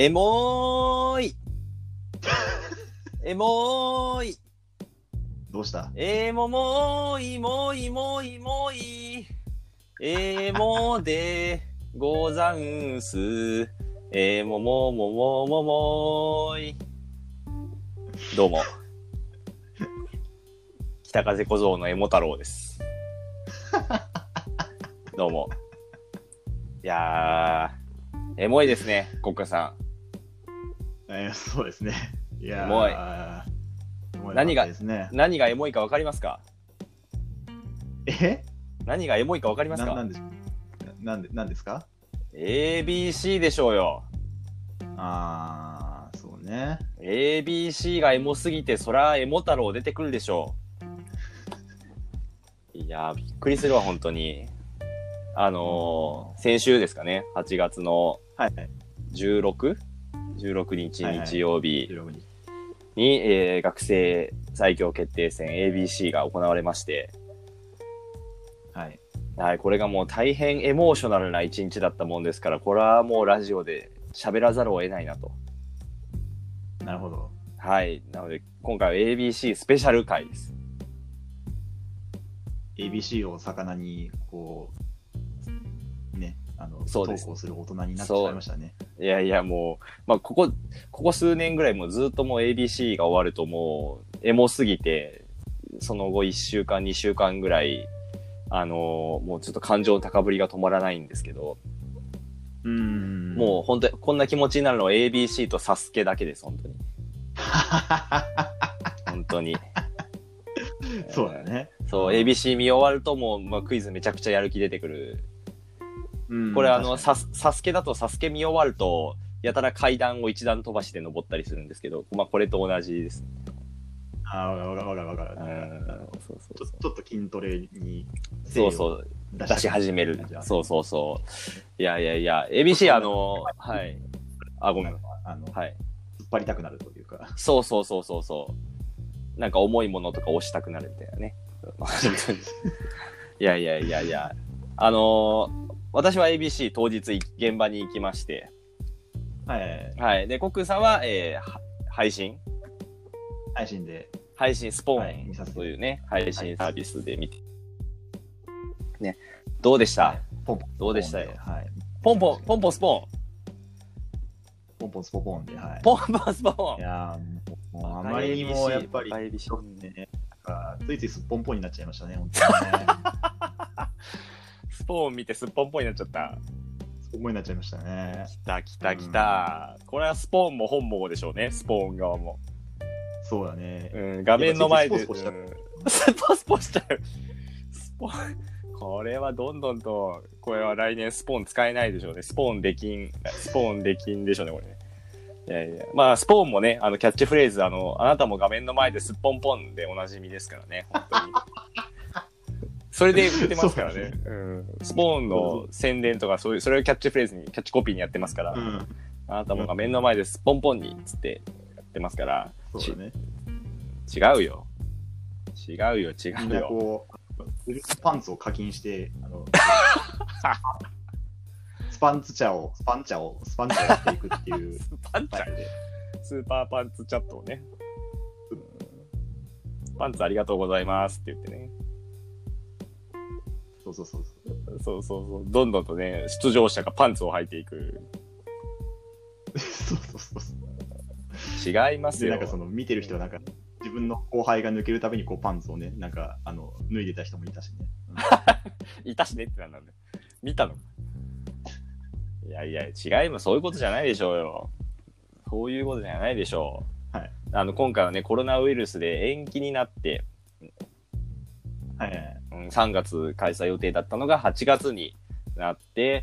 エモーいエモーいどうした？ もーいもーいもーいもーいもでござんすももももももーい。どうも北風小僧のエモ太郎です。どうも。いやーエモいですね、国家さん。そうですね。いやー、 エモい。 エモいですね。 何がエモいか分かりますか？何がエモいか分かりますか？ なんですか？ ABC でしょうよ。 そうね。 ABC がエモすぎて、そらエモ太郎出てくるでしょう。いやー、びっくりするわ、本当に。先週ですかね、8月の16日日曜日に、学生最強決定戦 ABC が行われまして、はい、これがもう大変エモーショナルな一日だったもんですから、これはもうラジオで喋らざるを得ないなと。 なるほど。 はい、なので今回は ABC スペシャル回です。 ABC を魚にこうね、 そうです。 投稿する大人になってしまいましたね。 いやいや、もう、まあ、ここ数年ぐらいもうずっともう ABC が終わるともうエモすぎて、その後1週間2週間ぐらいもうちょっと感情の高ぶりが止まらないんですけど、もう本当にこんな気持ちになるのは ABC とサスケだけです。本当に本当にそうだね。 そう、ABC 見終わるともう、まあ、クイズめちゃくちゃやる気出てくる。これサスケだとサスケ見終わるとやたら階段を一段飛ばして登ったりするんですけど、まあこれと同じです。 わかる。ちょっと筋トレにそう出し始める。そういや ABC はいごめんはい、 突っ張りたくなるというか、 そうなんか重いものとか押したくなるみたいなね。いや私は ABC 当日現場に行きまして、はいでコックさんは、配信スポーンというね、配信サービスで見てね、どうでした？どうでしたよ？ポンポンスポーンポンスポポンで、 ポンポンスポーン。 いやもうあまりにもやっぱりね、ついついすっぽんぽんになっちゃいましたね、本当にね。 スポーン見てすっぽんぽんになっちゃった。 すっぽんぽんになっちゃいましたね。 来た。これはスポーンも本望でしょうね、スポーン側も。 そうだね。 画面の前でスポスポしちゃう。これはどんどんと、これは来年スポーン使えないでしょうね。スポーンできんでしょうね、これね。いやまあスポーンもね、キャッチフレーズあなたも画面の前ですっぽんぽんでおなじみですからね、本当に。それで売ってますからね。スポーンの宣伝とかそれをキャッチフレーズにキャッチコピーにやってますから、あなたも画面の前ですっぽんぽんにつってやってますから。 そうだね。 違うよ。 みんなこうパンツを課金してスパンチャをやっていくっていうスパンチャでスーパーパンツチャットをね、パンツありがとうございますって言ってね。そうどんどんとね、出場者がパンツを履いていく。違いますよ。 で、なんかその見てる人はなんか自分の後輩が抜けるたびにこうパンツをね、なんか脱いでた人もいたしね。 いたしねってなんだね。見たの？いや違います。そういうことじゃないでしょうよ。そういうことじゃないでしょう。はい。今回はね、コロナウイルスで延期になって、3月開催予定だったのが8月になって、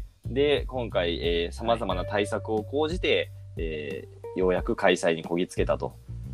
で今回様々な対策を講じて、ようやく開催にこぎつけたと。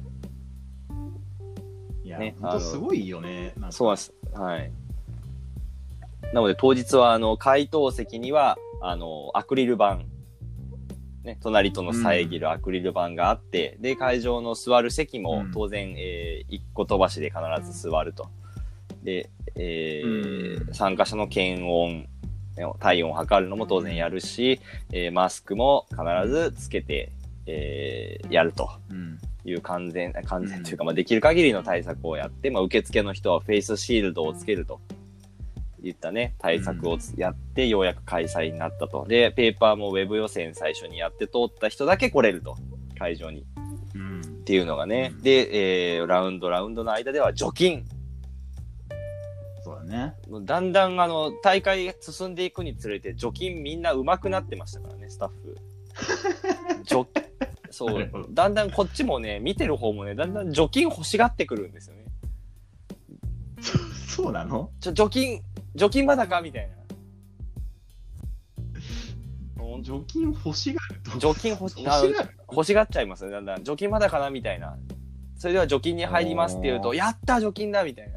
いや、ね、本当すごいよね。 そうなんです。はい。なので当日は回答席にはアクリル板、ね、隣との遮るアクリル板があって、で会場の座る席も当然、1個飛ばしで必ず座ると。で、参加者の検温、体温を測るのも当然やるし、マスクも必ずつけてやるとうん。 いう完全というか、まあ、できる限りの対策をやって、まあ、受付の人はフェイスシールドをつけるといったね、対策をやって、ようやく開催になったと。で、ペーパーもウェブ予選最初にやって通った人だけ来れると。会場に。 うん。 っていうのがね。で、ラウンドの間では除菌。 そうだね。 だんだん大会進んでいくにつれて除菌みんな上手くなってましたからね、スタッフ。そう、だんだんこっちもね、見てる方もね、だんだん除菌欲しがってくるんですよね。 そうなの？ 除菌まだかみたいな。 除菌欲しがると。 除菌欲しがっちゃいますね、だんだん。除菌まだかなみたいな。それでは除菌に入りますって言うと、やった除菌だみたいな。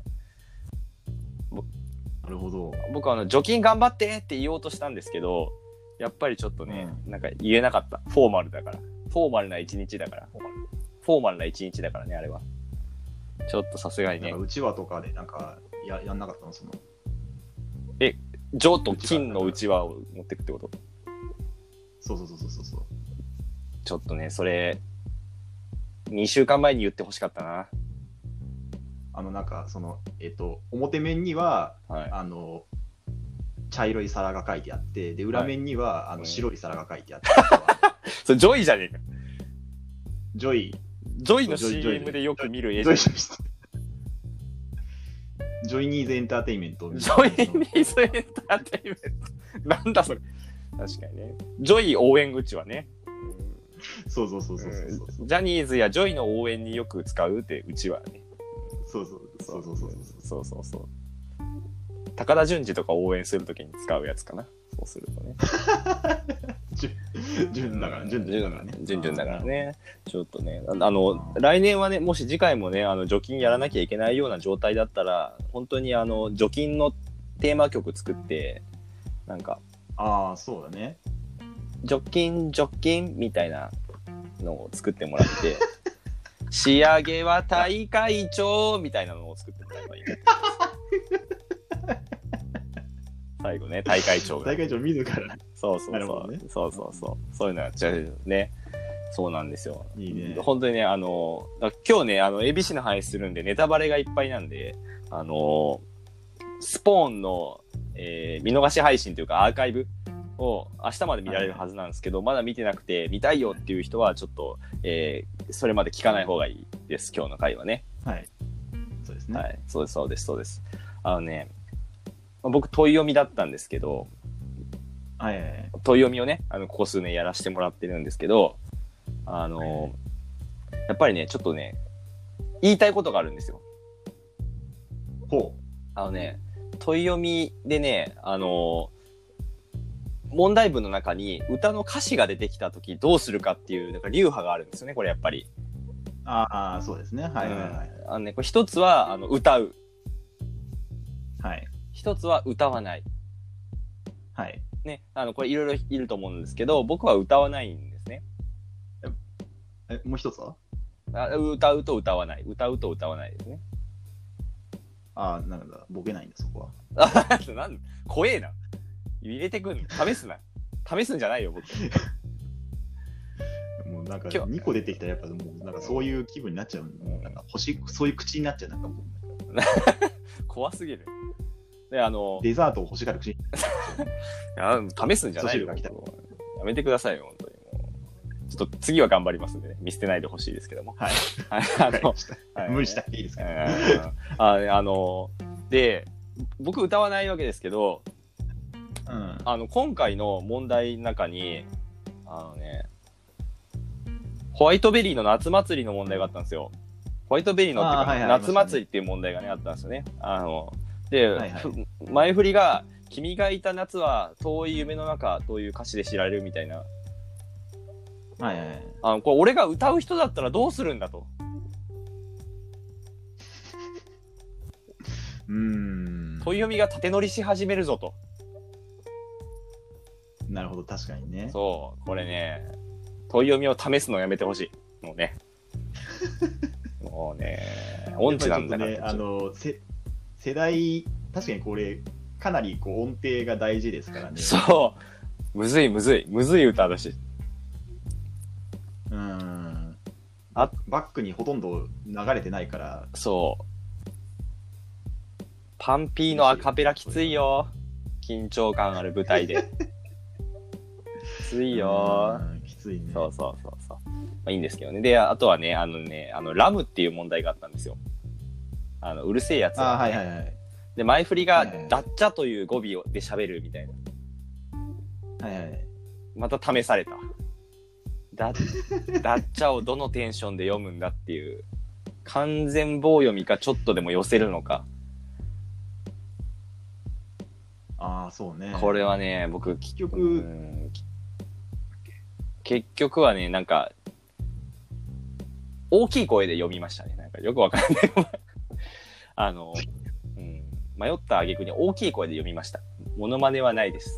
なるほど。 僕は除菌頑張ってって言おうとしたんですけど、やっぱりちょっとね、なんか言えなかった。フォーマルだから。フォーマルな一日だからね、あれは。ちょっとさすがにね。 うちわとかでなんかやんなかったのその。 除と菌のうちわを持ってくってこと？ そう。 ちょっとね、それ、2週間前に言ってほしかったな。 なんかその表面には、 はい、 茶色い皿が書いてあって、で裏面には、はい、白い皿が書いてあって、 それジョイじゃねえか。 ジョイの CM でよく見る映像。ジョイニーズエンターテインメント。 ジョイニーズエンターテインメント。なんだそれ。確かにね。ジョイ応援口はね。 そう。 ジャニーズやジョイの応援によく使うってうちはね。そう。高田純次とか応援するときに使うやつかな。そうするとね。 純だからね。 純だからね。ちょっとね、来年はね、もし次回もね、除菌やらなきゃいけないような状態だったら、本当に除菌のテーマ曲作って、なんか、 そうだね。 除菌みたいなのを作ってもらって、仕上げは大会長みたいなのを作ってもらえばいい。最後ね、大会長が。 大会長自ら。 そう。そういうのやっちゃうね。そうなんですよ。 いいね。 本当にね、今日ね、ABC の話するんで、ネタバレがいっぱいなんで、スポーンの、見逃し配信というかアーカイブを明日まで見られるはずなんですけど、まだ見てなくて見たいよっていう人はちょっと、それまで聞かない方がいいです、今日の回はね。 はい。そうですね。 はい、そうです。僕問い読みだったんですけど、問い読みをね、ここ数年やらせてもらってるんですけど、やっぱりね、ちょっとね、言いたいことがあるんですよ。 ほう。 問い読みでね、問題文の中に歌の歌詞が出てきたときどうするかっていう、なんか流派があるんですよね、これやっぱり。 そうですね。はい。 これ一つは、歌う。 はい。 一つは歌わない。 はい。 ね、これいろいろいると思うんですけど、僕は歌わないんですね。 もう一つは？ 歌うと歌わない。歌うと歌わないですね。 なんだ、ボケないんだ、そこは。怖えな。入れてくんの。試すな。試すんじゃないよ、僕。 もうなんか、2個出てきたらやっぱもう、なんかそういう気分になっちゃう。もうなんかそういう口になっちゃう。なんかもう。 怖すぎる。で、 デザートを欲しがる口に。 試すんじゃないよ。やめてくださいよ、本当に。ちょっと次は頑張りますんでね。見捨てないでほしいですけども。 はい。無理しなくていいですから。 で、僕歌わないわけですけど、今回の問題の中に、ホワイトベリーの夏祭りの問題があったんですよ。ホワイトベリーのっていうか、夏祭りっていう問題がね、あったんですよね。で、前振りが、君がいた夏は遠い夢の中という歌詞で知られるみたいな。これ俺が歌う人だったらどうするんだと。問い読みが縦乗りし始めるぞと。 なるほど、確かにね。 そう、これね、問い読みを試すのやめてほしい。もうね。もうね、音痴なんだから。 世代、確かにこれ、かなりこう音程が大事ですからね。 そう。むずい歌だし。 あバックにほとんど流れてないから。 そう。パンピーのアカペラきついよ。緊張感ある舞台で。きついよ。 きついね。 そう。まあいいんですけどね。で、あとはね、ラムっていう問題があったんですよ。うるせえやつ、ね。 はい。 で、前振りが、ダッチャという語尾で喋るみたいな。 はい。 また試された。ダッチャをどのテンションで読むんだっていう。完全棒読みかちょっとでも寄せるのか。 そうね。 これはね、僕、 結局はね、なんか、大きい声で読みましたね。なんかよくわかんない。迷った挙句に大きい声で読みました。モノマネはないです。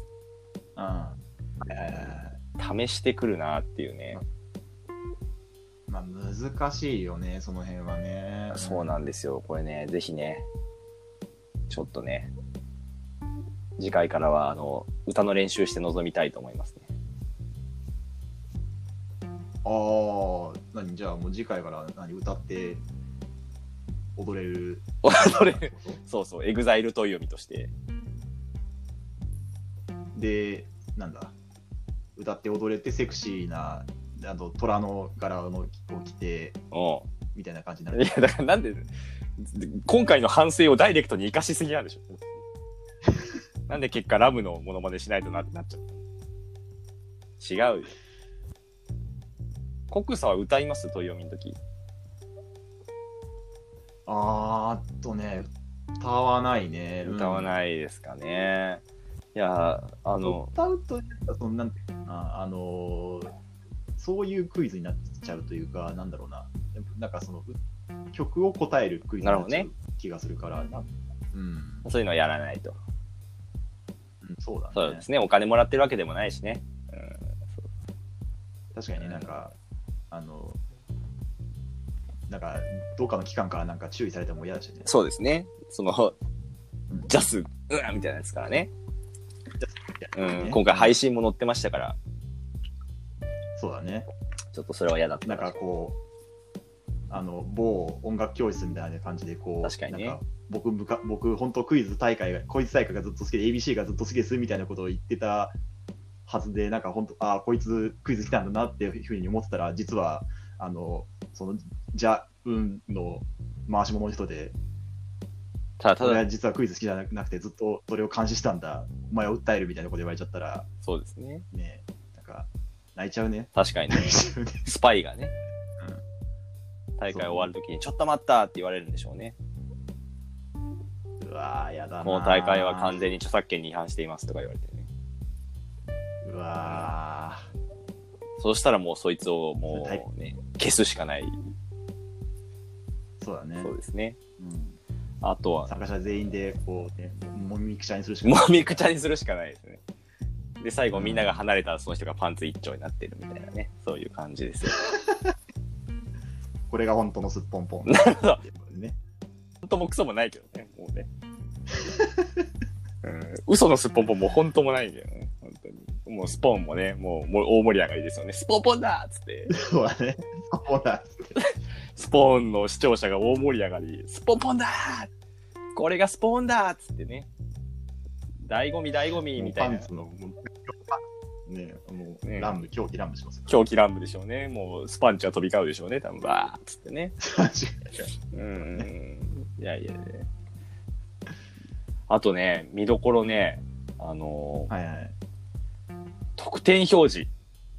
試してくるなっていうね。 まあ難しいよね、その辺はね。 そうなんですよ。これね、ぜひね、ちょっとね、次回からは歌の練習して臨みたいと思いますね。 じゃあもう次回から歌って踊れるそうエグザイルという読みとしてで歌って踊れてセクシーな虎の柄のを着てみたいな感じになる。 いやだからなんで今回の反省をダイレクトに生かしすぎなんでしょ。なんで結果ラムのモノマネしないとなってなっちゃった。違うよ。コクサは歌います？と読みの時。 歌わないね。 歌わないですかね。いや歌うとなんていうかな、そういうクイズになっちゃうというか、なんだろうな、なんかその曲を答えるクイズになっちゃう気がするから、 そういうのはやらないと。 そうだね。 そうですね。お金もらってるわけでもないしね。 確かにね、なんかどっかの機関からなんか注意されても嫌だしね。 そうですね。ジャス、みたいなやつからね。今回配信も載ってましたから。 そうだね。 ちょっとそれは嫌だった。 なんかこう、某音楽教室みたいな感じでこう、 確かにね。 なんか僕本当クイズ大会がずっと好きで ABC がずっと好きですみたいなことを言ってたはずで、なんか本当こいつクイズ来たんだなっていうふうに思ってたら、実はそのの回し物の人で、ただ俺は実はクイズ好きじゃなくてずっとそれを監視したんだ、お前を訴えるみたいなこと言われちゃったら、 そうですね。 ね、なんか泣いちゃうね。 確かにね。スパイがね、大会終わるときにちょっと待ったって言われるんでしょうね。 うわー、やだな。 この大会は完全に著作権に違反していますとか言われてね。 うわー。そうしたらもうそいつをもうね、消すしかない。 そうだね。 そうですね。あとは参加者全員でこうね、もみくちゃにするしかないですね。で最後みんなが離れたらその人がパンツ一丁になってるみたいなね、そういう感じですよ。 これが本当のすっぽんぽん。 なるほど。ね。本当もクソもないけどね、もうね。嘘のすっぽんぽんも本当もないんだよね、本当に。もうスポンもね、もう大盛り上がりですよね。スポンポンだーっつって。 そうだね。スポンだっつって。 スポーンの視聴者が大盛り上がり、スポンポンだーこれがスポーンだーっつってね。醍醐味みたいな。 パンツのね、もうね、狂気乱舞しますよ。 狂気乱舞でしょうね。もうスパンチは飛び交うでしょうね。多分バーっつってね。いや。あとね、見どころね、得点表示。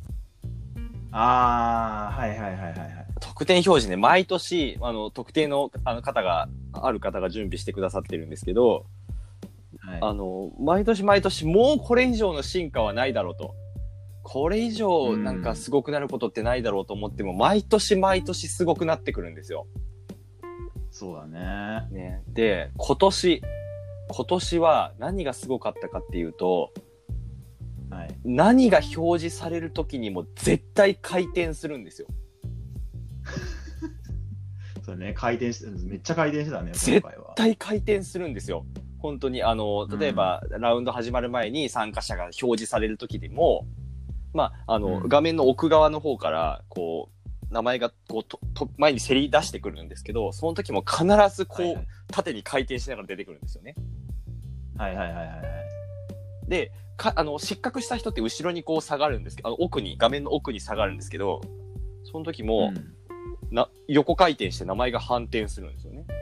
得点表示ね、毎年特定の方が準備してくださってるんですけど、毎年もうこれ以上の進化はないだろうと、これ以上なんかすごくなることってないだろうと思っても、毎年すごくなってくるんですよ。 そうだね。 で、今年は何がすごかったかっていうと、何が表示される時にも絶対回転するんですよ。 そうね、めっちゃ回転してたね。 絶対回転するんですよ。本当に例えば、ラウンド始まる前に参加者が表示される時でも、画面の奥側の方からこう名前がこう前にせり出してくるんですけど、その時も必ずこう、はいはい、縦に回転しながら出てくるんですよね。 はいはいはいはいはい。 で失格した人って後ろにこう下がるんですけど、画面の奥に下がるんですけど、その時も、横回転して名前が反転するんですよね。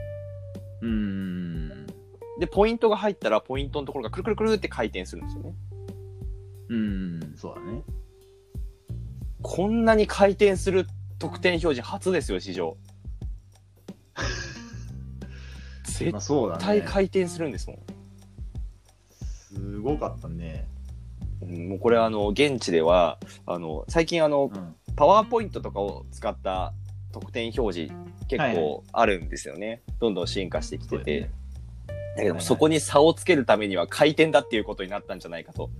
でポイントが入ったらポイントのところがくるくるくるって回転するんですよね。 そうだね。 こんなに回転する得点表示初ですよ、史上。絶対回転するんですもん。 すごかったね。 もうこれ現地では最近パワーポイントとかを使った得点表示結構あるんですよね。はいはい、どんどん進化してきてて、だけどそこに差をつけるためには回転だっていうことになったんじゃないかと。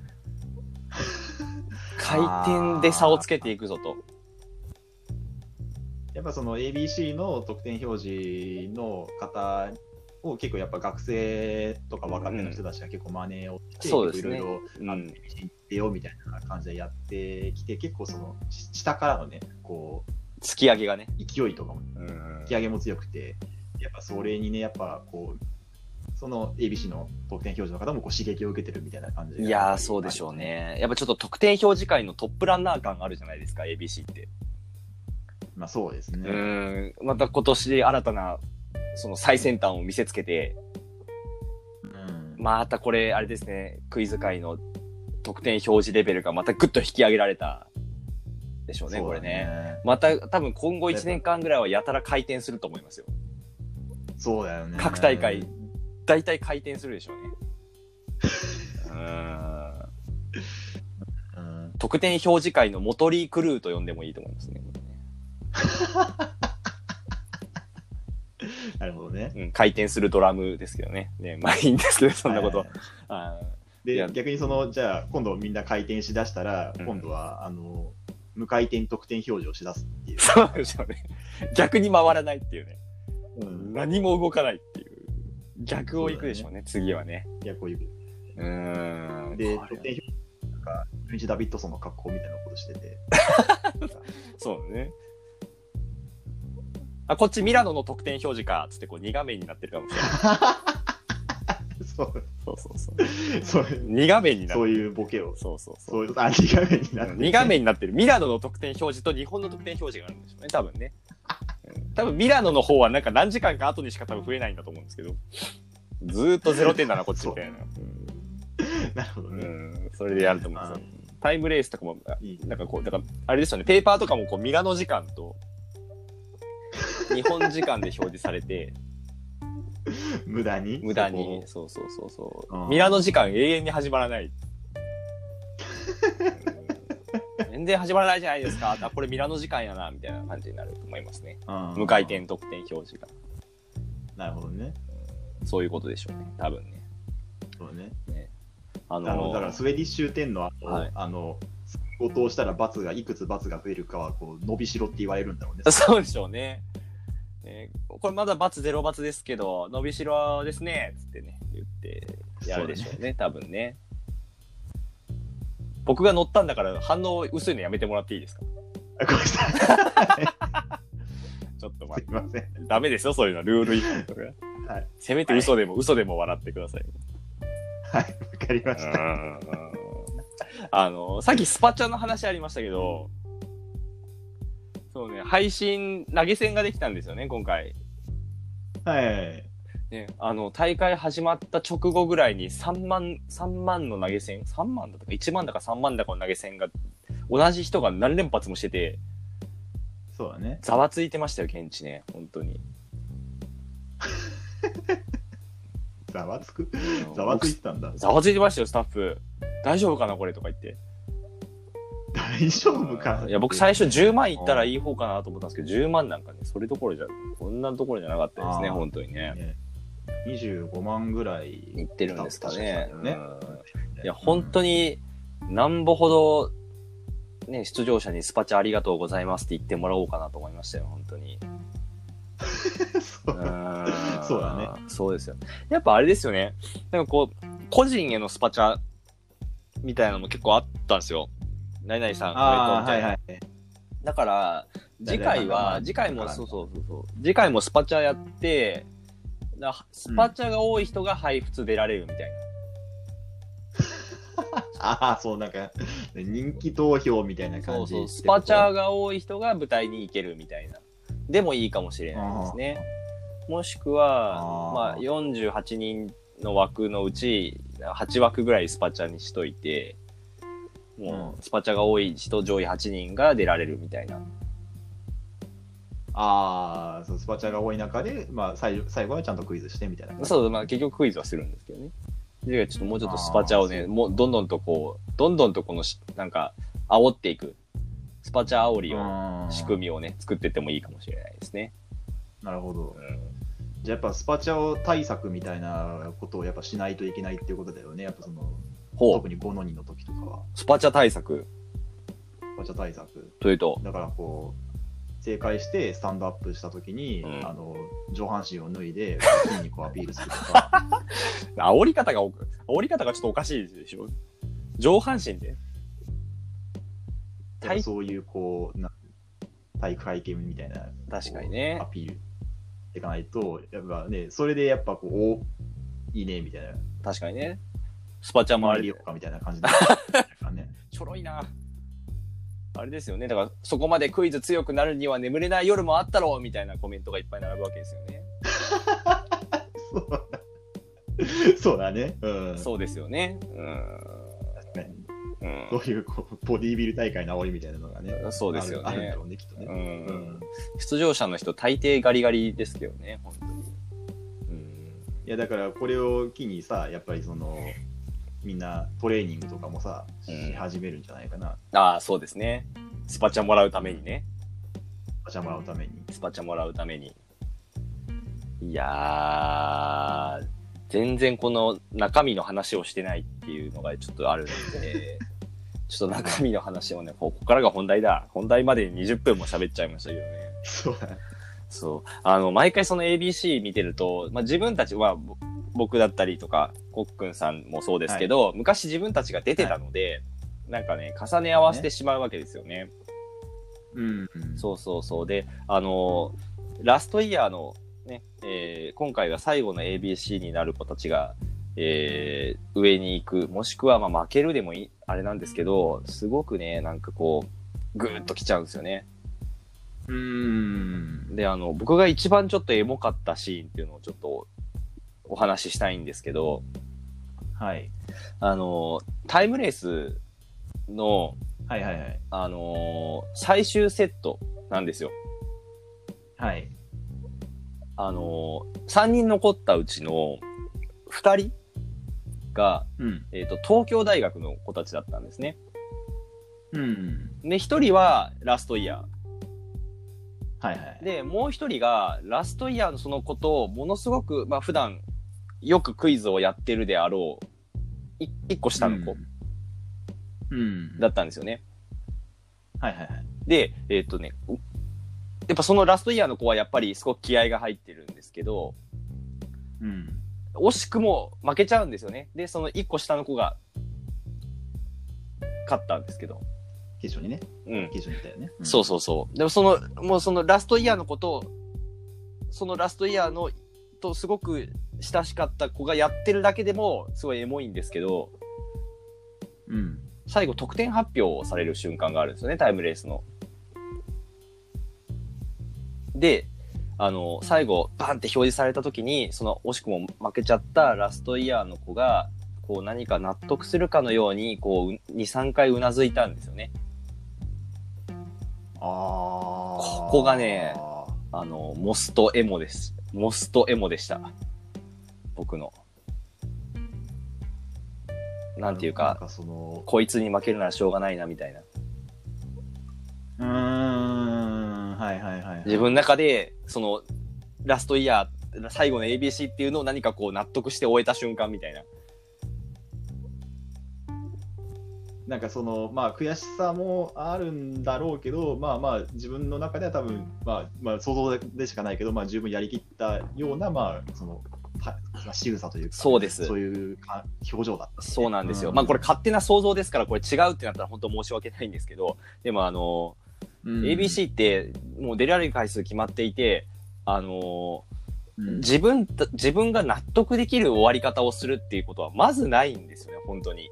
回転で差をつけていくぞと。 やっぱその ABC の得点表示の方を結構やっぱ学生とか若手の人たちが結構真似をして、いろいろ ABC に出ようみたいな感じでやってきて、結構その下からのね、こう突き上げがね、 勢いとかも突き上げも強くて、やっぱそれにね、やっぱこうその ABC の得点表示の方もこう刺激を受けてるみたいな感じで。 いやー、そうでしょうね。やっぱちょっと得点表示界のトップランナー感あるじゃないですか、ABC って。 まあそうですね。 また今年新たなその最先端を見せつけて、またこれあれですね、クイズ界の得点表示レベルがまたぐっと引き上げられたでしょうね、これね。また多分今後1年間ぐらいはやたら回転すると思いますよ。 そうだよね。 各大会大体回転するでしょうね。得点表示界のモトリークルーと呼んでもいいと思いますね。 なるほどね、 回転するドラムですけどね。まあいいんですけど、そんなこと。 で、逆にじゃあ今度みんな回転しだしたら、今度は無回転得点表示をしだすっていう。 そうでしょうね。逆に回らないっていうね。何も動かないっていう。逆を行くでしょうね、次はね。 逆を行く。で、得点表示なんか、ルイジ・ダビッドソンの格好みたいなことしてて。 そうね。こっちミラノの得点表示かっつってこう2画面になってるかもしれない。そう。2画面になってる。 そういうボケを。 そう。 2画面になってる。 2画面になってる。ミラノの得点表示と日本の得点表示があるんでしょうね、多分ね。多分ミラノの方はなんか何時間か後にしか多分増えないんだと思うんですけど、ずーっと0点だなこっちみたいな。 なるほどね。 それでやると思うんですよ。タイムレースとかもなんかこうだからあれですよね、ペーパーとかもこうミラノ時間と日本時間で表示されて無駄にそう、ミラノ時間永遠に始まらない全然始まらないじゃないですか。これミラノ時間やなみたいな感じになると思いますね。無回転得点表示が。 なるほどね。 そういうことでしょうね、多分ね。 そうね。だからスウェディッシュ10の応答したらいくつ罰が増えるかはこう伸びしろって言われるんだろうね。 そうでしょうね。これまだ罰0罰ですけど伸びしろですねつってね言ってやるでしょうね、多分ね。僕が乗ったんだから反応薄いのやめてもらっていいですか。 ごめんなさい。 ちょっと待って。 すいません。 ダメですよ、そういうのルール違反とか。はい。せめて嘘でも笑ってください。 はい、わかりました。 さっきスパチャの話ありましたけど、そうね、配信投げ銭ができたんですよね、今回。 はい。 ね、大会始まった直後ぐらいに3万の投げ銭、3万だとか1万だか3万だかの投げ銭が同じ人が何連発もしてて、 そうだね。 ざわついてましたよ、現地ね、本当に。 ざわつくざわついてたんだ。 ざわついてましたよ、スタッフ。大丈夫かなこれとか言って。 大丈夫か。 いや、僕最初10万いったらいい方かなと思ったんですけど、10万なんかね、それどころじゃ、こんなところじゃなかったですね、本当にね。 25万ぐらいいってるんですかね。いや、本当に、なんぼほど、ね、出場者にスパチャありがとうございますって言ってもらおうかなと思いましたよ、本当に。 そうだね。 そうですよ。やっぱあれですよね。なんかこう、個人へのスパチャみたいなのも結構あったんですよ。何々さん、コメントみたいな。だから、 次回もそうそうそうそう。次回もスパチャやって、スパチャが多い人が配布出られるみたいな。 ああ、そう、なんか、人気投票みたいな感じ。 そうそう、スパチャが多い人が舞台に行けるみたいな。でもいいかもしれないですね。もしくは、まあ、48人の枠のうち、8枠ぐらいスパチャにしといて、もう、スパチャが多い人上位8人が出られるみたいな。 ああ、そう、スパチャが多い中で、まあ、最後はちゃんとクイズしてみたいな。 そう、まあ、結局クイズはするんですけどね。で、ちょっともうちょっとスパチャをね、もうどんどんとこのなんか、煽っていく。スパチャ煽りを、仕組みをね、作っていってもいいかもしれないですね。 なるほど。じゃあやっぱスパチャ対策みたいなことをやっぱしないといけないっていうことだよね。やっぱその、特に5の2の時とかは。 スパチャ対策。 スパチャ対策。 というと。 だからこう、正解してスタンドアップした時に、上半身を脱いで筋肉をアピールするとか。 煽り方がちょっとおかしいでしょ。上半身で。 そういうこう体育会系みたいな、 確かにね、 アピールしていかないと、やっぱね、それでやっぱこういいねみたいな、 確かにね、スパチャもあれよっかみたいな感じで、ね、 ちょろいな。あれですよね。だからそこまでクイズ強くなるには眠れない夜もあったろうみたいなコメントがいっぱい並ぶわけですよね。 そうだね。 そうですよね。 確かに。そういうボディービル大会の煽りみたいなのがね。 そうですよね。 あるんだろうね、きっとね。 出場者の人大抵ガリガリですけどね、本当に。 いやだからこれを機にさ、やっぱりそのみんなトレーニングとかもさ、し始めるんじゃないかな。 ああ、そうですね。スパチャもらうためにね。 スパチャもらうために。 スパチャもらうために。いやー、全然この中身の話をしてないっていうのがちょっとあるので、ちょっと中身の話をね、ここからが本題だ。本題までに20分も喋っちゃいましたけどね。 そうだね。 そう。毎回その ABC 見てると、まあ、自分たちは、僕だったりとか、コックンさんもそうですけど、昔自分たちが出てたので、なんかね、重ね合わせてしまうわけですよね。そうそうそう。で、ラストイヤーのね、今回が最後の ABC になる子たちが、上に行く、もしくはまあ負けるでもいい、あれなんですけど、すごくね、なんかこう、ぐーっと来ちゃうんですよね。で、僕が一番ちょっとエモかったシーンっていうのをちょっとお話ししたいんですけど、 はい。 タイムレースの、最終セットなんですよ。 はい。 3人残ったうちの2人が、東京大学の子たちだったんですね。で、1人はラストイヤー。で、もう1人がラストイヤーのその子と、ものすごく、まあ普段よくクイズをやってるであろう、1個下の子、だったんですよね。で、やっぱそのラストイヤーの子はやっぱりすごく気合が入ってるんですけど、惜しくも負けちゃうんですよね。で、その1個下の子が勝ったんですけど。 決勝にね。決勝にいたよね。 そうそうそう。でももうそのラストイヤーの子と、そのラストイヤーのとすごく親しかった子がやってるだけでもすごいエモいんですけど、最後得点発表される瞬間があるんですよね、タイムレースの。で、最後バンって表示された時に、その惜しくも負けちゃったラストイヤーの子がこう何か納得するかのようにこう 2,3 回うなずいたんですよね。ここがね、モストエモです。モストエモでした。僕の。なんていうか、こいつに負けるならしょうがないなみたいな。自分の中で、その、ラストイヤー、最後の ABC っていうのを何かこう納得して終えた瞬間みたいな。 なんかその、まあ悔しさもあるんだろうけど、まあまあ自分の中では多分、まあ想像でしかないけど、まあ十分やりきったような、まあその、仕草というか、 そうです。 そういう表情だった、ね。 そうなんですよ。まあこれ勝手な想像ですから、これ違うってなったら本当申し訳ないんですけど、でも ABC ってもう出られる回数決まっていて、自分が納得できる終わり方をするっていうことはまずないんですよね、本当に。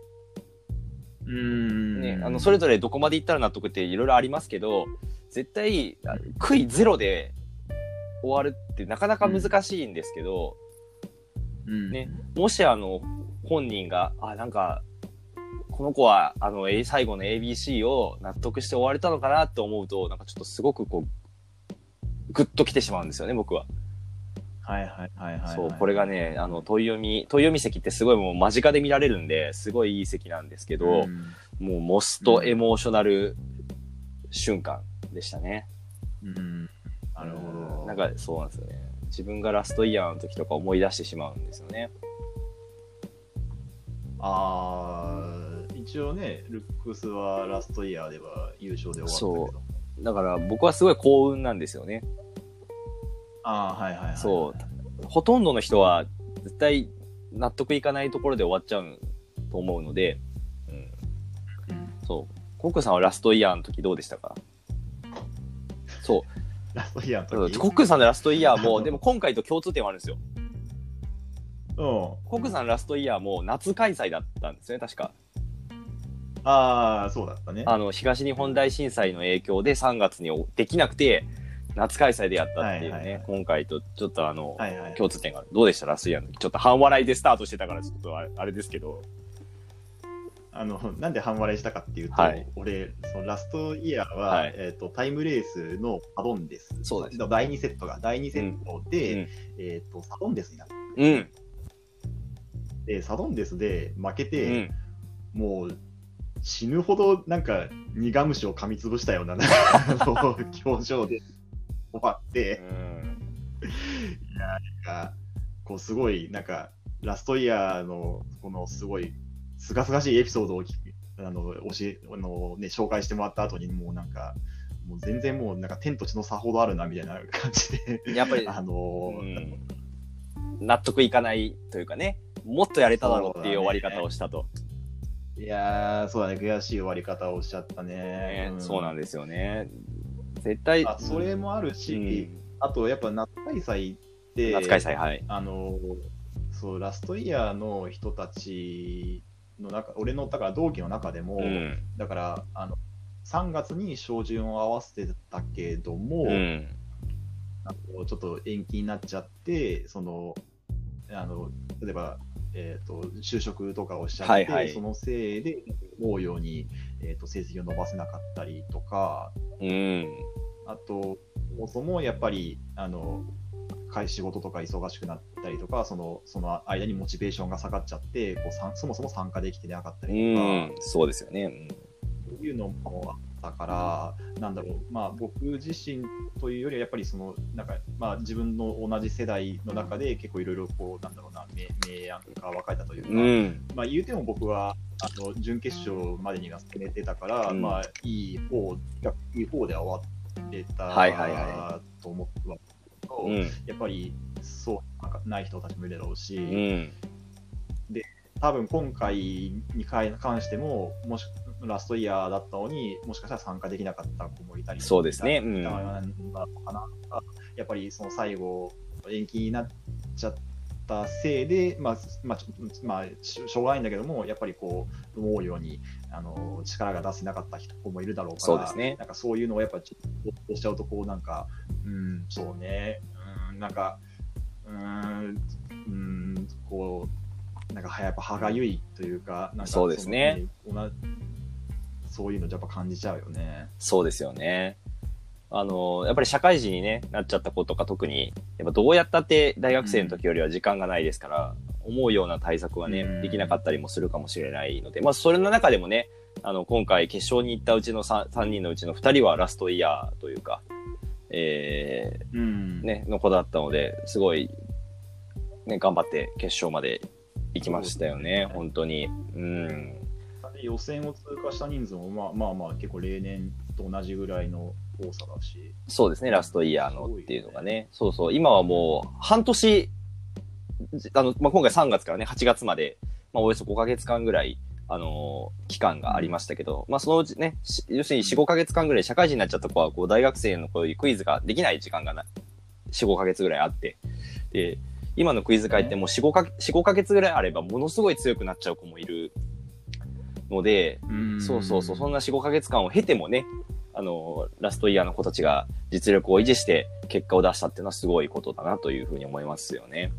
ね、それぞれどこまでいったら納得っていろいろありますけど、絶対悔いゼロで終わるってなかなか難しいんですけど、ね、もし本人がなんかこの子は最後の ABC を納得して終われたのかなって思うと、なんかちょっとすごくこうグッときてしまうんですよね、僕は。そう、これがね、問い読み席ってすごいもう間近で見られるんで、すごいいい席なんですけど、もうモストエモーショナル瞬間でしたね。 なるほど。 なんかそうなんですよね。自分がラストイヤーの時とか思い出してしまうんですよね。 一応ね、ルックスはラストイヤーでは優勝で終わったけども。 そう。だから僕はすごい幸運なんですよね。そう。ほとんどの人は絶対納得いかないところで終わっちゃうと思うので、そう。コックさんはラストイヤーの時どうでしたか？そう。 ラストイヤーの時。 コックさんのラストイヤーも、でも今回と共通点はあるんですよ。コックさんラストイヤーも夏開催だったんですね、確か。 そうだったね。 東日本大震災の影響で3月にできなくて、夏開催でやったっていうね、今回とちょっと共通点がどうでした？ラストイヤーの時。ちょっと半笑いでスタートしてたからちょっとあれですけど。 なんで半笑いしたかっていうと、俺、そのラストイヤーは、タイムレースのサドンデス。 そうです。 第2セットで、サドンデスになった。で、サドンデスで負けて、もう死ぬほどなんか苦虫を噛みつぶしたような表情で終わって、いや、なんか、こうすごい、なんか、ラストイヤーのこのすごい、すがすがしいエピソードを紹介してもらった後にもうなんかもう全然もうなんか天と地の差ほどあるなみたいな感じでやっぱり納得いかないというかね、もっとやれただろうっていう終わり方をしたと。 いやー、そうだね、悔しい終わり方をしちゃったね。 そうなんですよね。絶対それもあるし、あとやっぱ夏開催ってそうラストイヤーの人たちの中、俺のだから同期の中でも、だから3月に照準を合わせてたけども、ちょっと延期になっちゃって、例えば、就職とかをしちゃって、そのせいで思うように、成績を伸ばせなかったりとか、あとそもそもやっぱり仕事とか忙しくなったりとか、その間にモチベーションが下がっちゃってそもそも参加できてなかったりとか、 そうですよね、 そういうのもあったから、なんだろう、僕自身というよりはやっぱりなんか自分の同じ世代の中で結構いろいろこうなんだろうな明暗が分かれたというか、言うても僕は準決勝までには進めてたから、いい方では終わってたと思っては。やっぱりそうない人たちもいるだろうし、で多分今回に関してもラストイヤーだったのにもしかしたら参加できなかった子もいたりそうですね、 やっぱりその最後延期になっちゃったせいで、しょうがないんだけども、やっぱりこう思うように力が出せなかった子もいるだろうから、 そうですね、 なんかそういうのをやっぱりちょっとしちゃうとこうなんかそうね、なんかこうなんかやっぱ歯がゆいというか、なんかそうですね、 そういうのやっぱ感じちゃうよね。 そうですよね。やっぱり社会人に、なっちゃった子とか特にやっぱどうやったって大学生の時よりは時間がないですから、思うような対策はね、できなかったりもするかもしれないので、それの中でもね、今回決勝に行ったうちの 3人のうちの2人はラストイヤーというか、の子だったので、すごい、頑張って決勝まで行きましたよね、本当に。 予選を通過した人数も結構例年と同じぐらいの多さだし。 そうですね、ラストイヤーのっていうのがね。そうそう、今はもう半年、今回3月からね、8月まで、およそ5ヶ月間ぐらい、 期間がありましたけど、まあそのうちね、要するに4、5ヶ月間ぐらい社会人になっちゃった子は、こう大学生のこういうクイズができない時間が4、5ヶ月ぐらいあって、で、今のクイズ界ってもう4、5ヶ月ぐらいあればものすごい強くなっちゃう子もいるので、そう、そんな4、5ヶ月間を経てもね、ラストイヤーの子たちが実力を維持して結果を出したっていうのはすごいことだなというふうに思いますよね。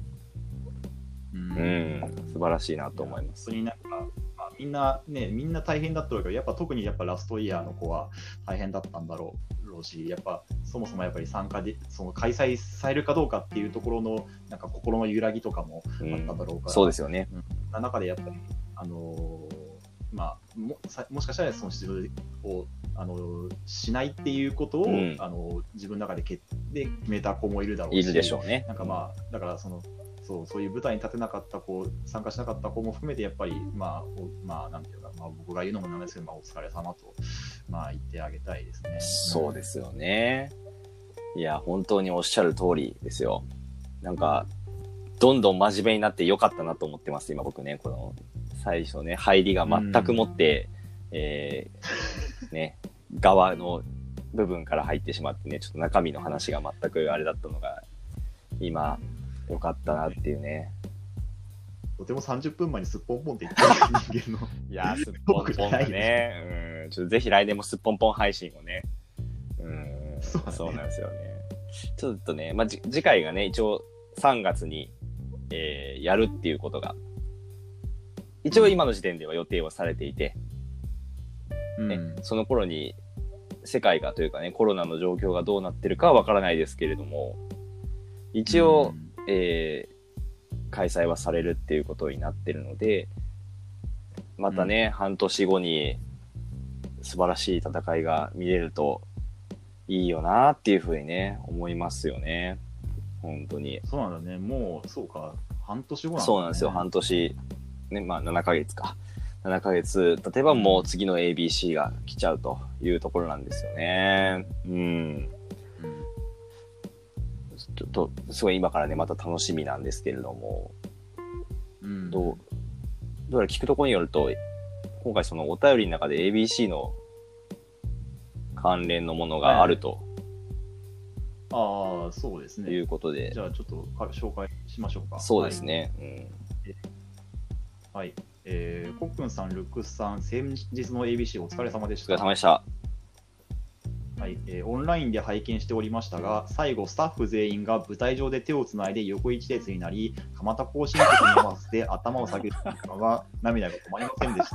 素晴らしいなと思います。 本当になんか、まあ、みんな大変だったろうけど、やっぱ特にやっぱラストイヤーの子は大変だったんだろうし、やっぱそもそもやっぱり参加でその開催されるかどうかっていうところのなんか心の揺らぎとかもあっただろうから、 そうですよね。 な中でやっぱりまあ、もしかしたらその出場をしないっていうことを、自分の中で決めた子もいるだろうし、 いるでしょうね。 なんかまあだからそういう舞台に立てなかった子、参加しなかった子も含めてやっぱりまあなんていうか、まあ、僕が言うのもなんですけど、まあ、お疲れ様とまあ言ってあげたいですね。 そうですよね。いや本当におっしゃる通りですよ。なんかどんどん真面目になってよかったなと思ってます今僕ね。この最初ね入りが全くもって、ね側の部分から入ってしまってね、ちょっと中身の話が全くあれだったのが今よかったなっていうね。 とても30分前にすっぽんぽんって言ってた人間のいやすっぽんぽんがね、ちょっとぜひ来年もすっぽんぽん配信をね、そうなんですよね。ちょっとね、まあ、次回がね一応3月に、やるっていうことが一応今の時点では予定をされていて、その頃に世界がというかねコロナの状況がどうなってるかはわからないですけれども、一応、開催はされるっていうことになってるので、またね、半年後に素晴らしい戦いが見れるといいよなっていうふうにね思いますよね。本当に。 そうなんだね。もうそうか、半年後なんだね。 そうなんですよ。半年ね、まあ7ヶ月か。7ヶ月経てばもう次の ABC が来ちゃうというところなんですよね。ちょっとすごい今からねまた楽しみなんですけれども、どうやら聞くところによると今回そのお便りの中で ABC の関連のものがあると、 そうですね。 いうことで、 じゃあちょっと紹介しましょうか。 そうですね。 はい。コックンさん、ルックスさん、先日の ABC お疲れ様でした。 お疲れ様でした。 はい。オンラインで拝見しておりましたが、最後スタッフ全員が舞台上で手をつないで横一列になり、蒲田行進曲に合わせて頭を下げるのが涙が止まりませんでした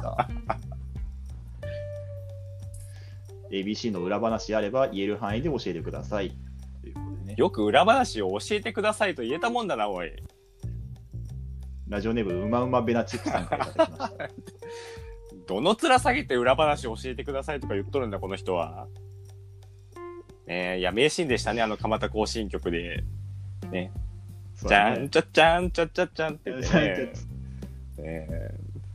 。ABC の裏話あれば言える範囲で教えてください。ということでね、 よく裏話を教えてくださいと言えたもんだな、おい。 ラジオネームうまうまベナチックさんからいただきました。 どの面下げて裏話を教えてくださいとか言っとるんだ、この人は。いや、名シーンでしたね、蒲田行進曲で。ね。じゃんちゃちゃんちゃちゃちゃんって言ってね。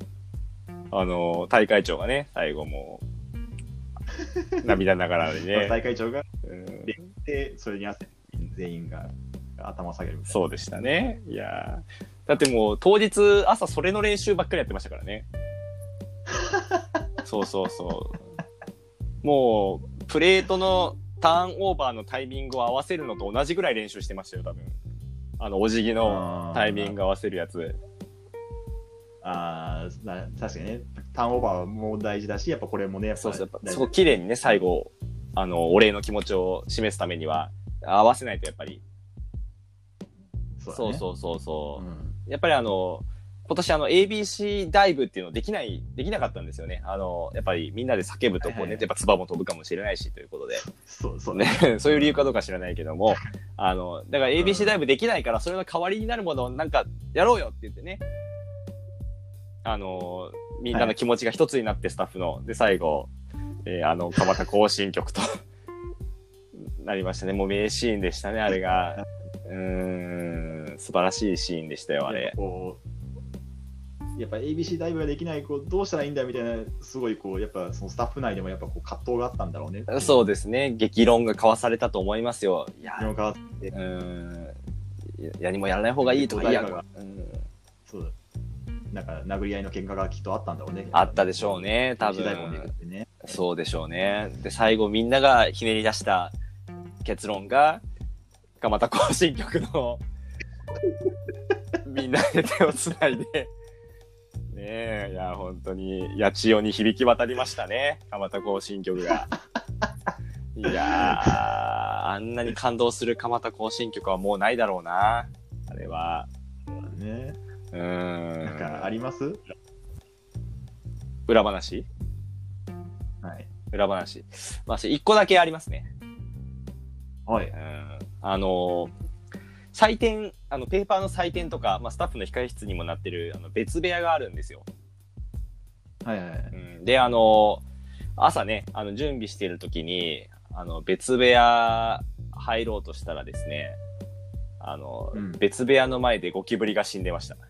大会長がね、最後もう、涙ながらでね。 大会長が、で、それに合わせて全員が頭を下げるみたいな。 そうでしたね。いやだってもう当日朝それの練習ばっかりやってましたからね。そう。もう、プレートのターンオーバーのタイミングを合わせるのと同じぐらい練習してましたよ、多分。お辞儀のタイミング合わせるやつ。 確かにね、ターンオーバーも大事だし、やっぱこれもね、 そう綺麗にね、最後、お礼の気持ちを示すためには、合わせないとやっぱり。そう。やっぱり今年ABC ダイブっていうのできなかったんですよね。やっぱりみんなで叫ぶとこうね、やっぱ唾も飛ぶかもしれないしということで。 そうね。そういう理由かどうか知らないけども、だから ABC ダイブできないから、それの代わりになるものをなんかやろうよって言ってね。みんなの気持ちが一つになってスタッフの、で、最後、蒲田行進曲となりましたね。もう名シーンでしたね、あれが。素晴らしいシーンでしたよ、あれ。 やっぱ ABC ダイブができない子どうしたらいいんだみたいな、すごいやっぱそのスタッフ内でもやっぱ葛藤があったんだろうね。 そうですね。激論が交わされたと思いますよ。いや、 やにもやらない方がいいとか、 そうだ。 なんか殴り合いの喧嘩がきっとあったんだろうね。 あったでしょうね、多時代も巡分。 ってね。 そうでしょうね。で、最後みんながひねり出した結論が、蒲田行進曲のみんなで手をつないで、ねえ、いや、本当に、八千代に響き渡りましたね、蒲田行進曲が。いやー、あんなに感動する蒲田行進曲はもうないだろうな、あれは。 ね。 なんかあります？ 裏話？ はい。 裏話。まあ、一個だけありますね。 はい。 採点、ペーパーの採点とか、まあ、スタッフの控え室にもなってる、別部屋があるんですよ。 はいはいはい。 で、朝ね、準備している時に、別部屋入ろうとしたらですね、別部屋の前でゴキブリが死んでました。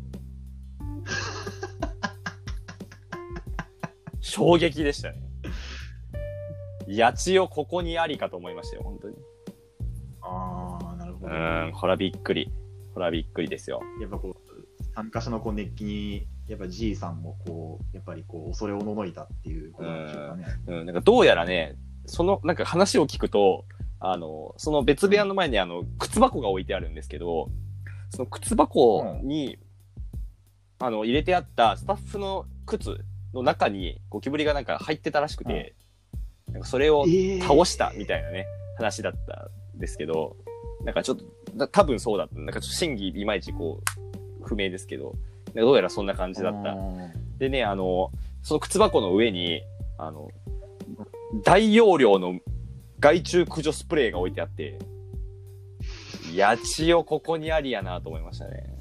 衝撃でしたね。八千代ここにありかと思いましたよ、本当に。 ああ、なるほど。 これはびっくり。これはびっくりですよ。 やっぱこう、参加者のこう熱気に、やっぱ G さんもこう、やっぱりこう、恐れおののいたっていうことなんでしょうかね。 なんかどうやらね、なんか話を聞くと、その別部屋の前に靴箱が置いてあるんですけど、その靴箱に、入れてあったスタッフの靴の中にゴキブリがなんか入ってたらしくて、なんかそれを倒したみたいなね、話だったんですけど、なんかちょっと、多分そうだった。なんかちょっと真偽いまいちこう、不明ですけど、どうやらそんな感じだった。でね、その靴箱の上に、大容量の害虫駆除スプレーが置いてあって、八千代ここにありやなと思いましたね。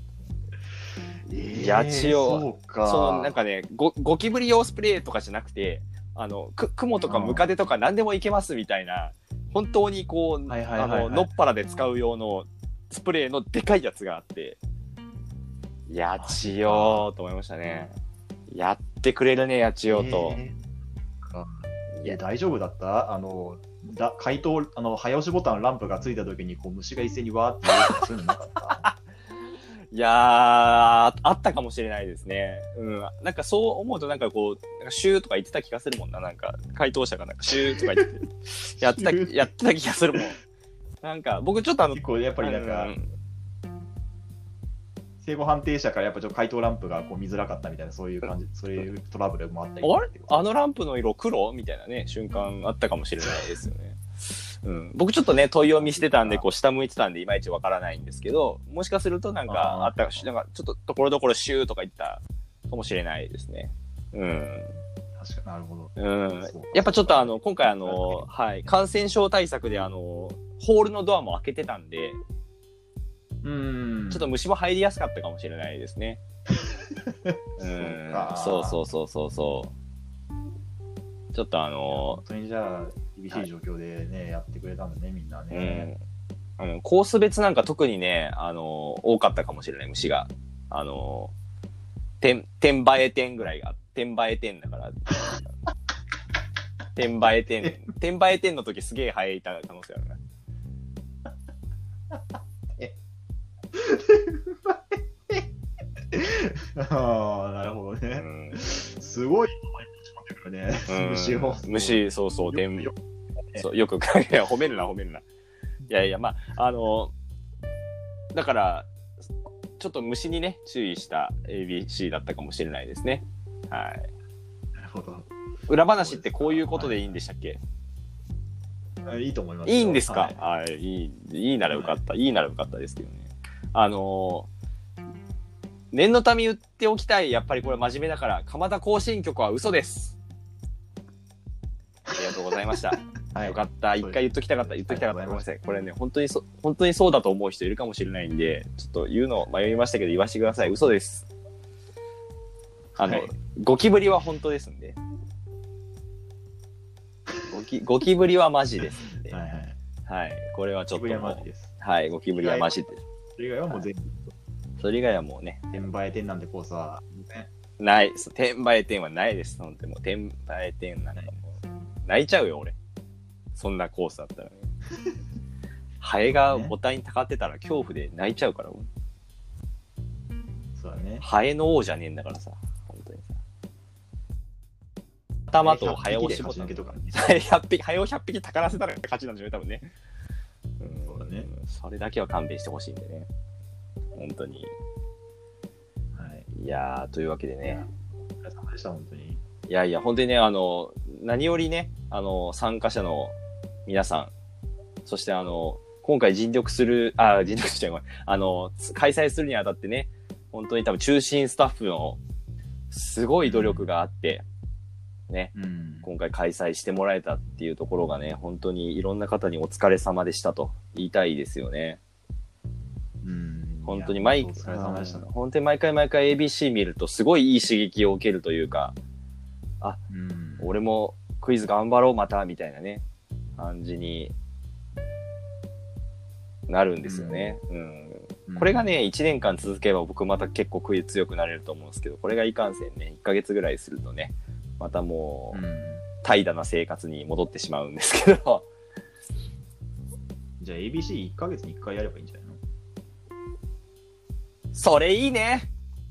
八千代、そのなんかね、ゴキブリ用スプレーとかじゃなくて、クモとかムカデとか何でもいけますみたいな、本当にこう、のっぱらで使う用のスプレーのでかいやつがあって、八千代と思いましたね。やってくれるね、八千代と。 いや、大丈夫だった解凍、早押しボタンランプがついた時に、こう、虫が一斉にわーって言うとかそういうのなかったいやー、あったかもしれないですね。なんかそう思うとなんかこう、なんかシューとか言ってた気がするもんな。なんか、回答者がなんかシューとか言ってて、やってた気がするもん。なんか、僕ちょっと結構やっぱりなんか、正誤判定者からやっぱちょっと回答ランプがこう見づらかったみたいな、そういう感じ、そういうトラブルもあったり。 あれランプの色黒みたいなね、瞬間あったかもしれないですよね。僕ちょっとね、問い読みしてたんで、こう下向いてたんで、いまいちわからないんですけど、もしかするとなんかなんかちょっとところどころシューとか言ったかもしれないですね。 確かになるほど。 やっぱちょっと今回はい、感染症対策でホールのドアも開けてたんで、ちょっと虫も入りやすかったかもしれないですね。そうそう。ちょっと本当にじゃあ、厳しい状況でね、やってくれたんだね、みんなね。 コース別なんか特にね、多かったかもしれない、虫が。点映え点ぐらいが、点映え点だから。点映え点の時すげえ生えた可能性あるね。 ああ、なるほどね。すごいね。 虫、そう、そう、よく、褒めるな。いや、まあ、だから、ちょっと虫にね、注意した ABC だったかもしれないですね。はい。 なるほど。 裏話ってこういうことでいいんでしたっけ？ いいと思います。 いいんですか？はい。いいならよかった。いいならよかったですけどね。念のため言っておきたい。やっぱりこれ真面目だから、蒲田行進曲は嘘です。ありがとうございました。よかった。一回言っときたかった。ごめんなさい。これね、本当にそうだと思う人いるかもしれないんで、ちょっと言うの迷いましたけど、言わせてください。嘘です。ゴキブリは本当ですんで。ゴキブリはマジですんで。はい。これはちょっともう。はい、ゴキブリはマジです。 それ以外はもう全部。 それ以外はもうね。 点映え点なんてコースは、 ない。点映え点はないです。本当にもう点映え点なんかもう泣いちゃうよ、俺。そんなコースだったらね。ハエがボタンにたかってたら恐怖で泣いちゃうから、俺。 そうだね。 ハエの王じゃねえんだからさ、本当にさ。頭とハエを絞ったとかね。 ハエを100匹たからせたら勝ちなんでしょうね、多分ね。 そうだね。 それだけは勘弁してほしいんでね。本当に。 はい。 いやー、というわけでね。 お疲れ様でした、本当に。 いやいや、本当にね、何よりね、参加者の皆さん、そして今回尽力してごめん、開催するにあたってね、本当に多分中心スタッフのすごい努力があって、ね、今回開催してもらえたっていうところがね、本当にいろんな方にお疲れ様でしたと言いたいですよね。本当にお疲れ様でした。 本当に毎回 ABC 見るとすごいいい刺激を受けるというか、俺もクイズ頑張ろうまたみたいなね、感じになるんですよね。これがね、1年間続けば僕また結構クイズ強くなれると思うんですけど、これがいかんせんね、1ヶ月ぐらいするとね、またもう、怠惰な生活に戻ってしまうんですけど。 じゃあ ABC1 ヶ月に1回やればいいんじゃないの？ それいいね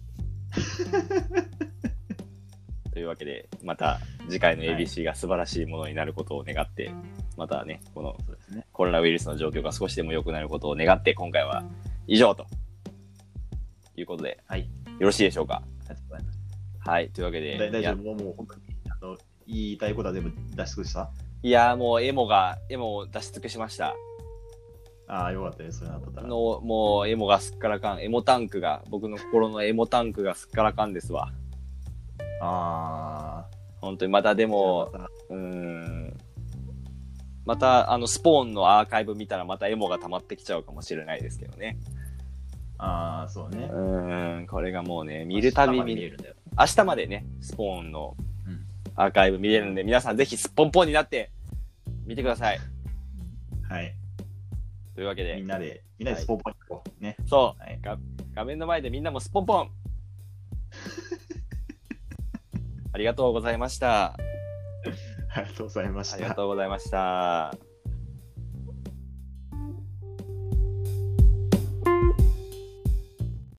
というわけで、また次回の ABC が素晴らしいものになることを願って、またね、このコロナウイルスの状況が少しでも良くなることを願って、今回は以上ということで、よろしいでしょうか。はい、というわけで。 大丈夫？もう本当に言いたいことは全部出し尽くした？ いやー、もうエモを出し尽くしました。 ああ、よかったです。それだったら。 もうエモがすっからかん、エモタンクが、僕の心のエモタンクがすっからかんですわ。本当にまたでも、またスポーンのアーカイブ見たらまたエモが溜まってきちゃうかもしれないですけどね。 そうね。 これがもうね、見るたび見れるんだよ。明日までね、スポーンのアーカイブ見れるんで、皆さんぜひすっぽんぽんになって見てください。 はい。 というわけで。 みんなでスポンポン行こう。ね。 そう、画面の前でみんなもすっぽんぽんありがとうございました。 ありがとうございました。 ありがとうございました。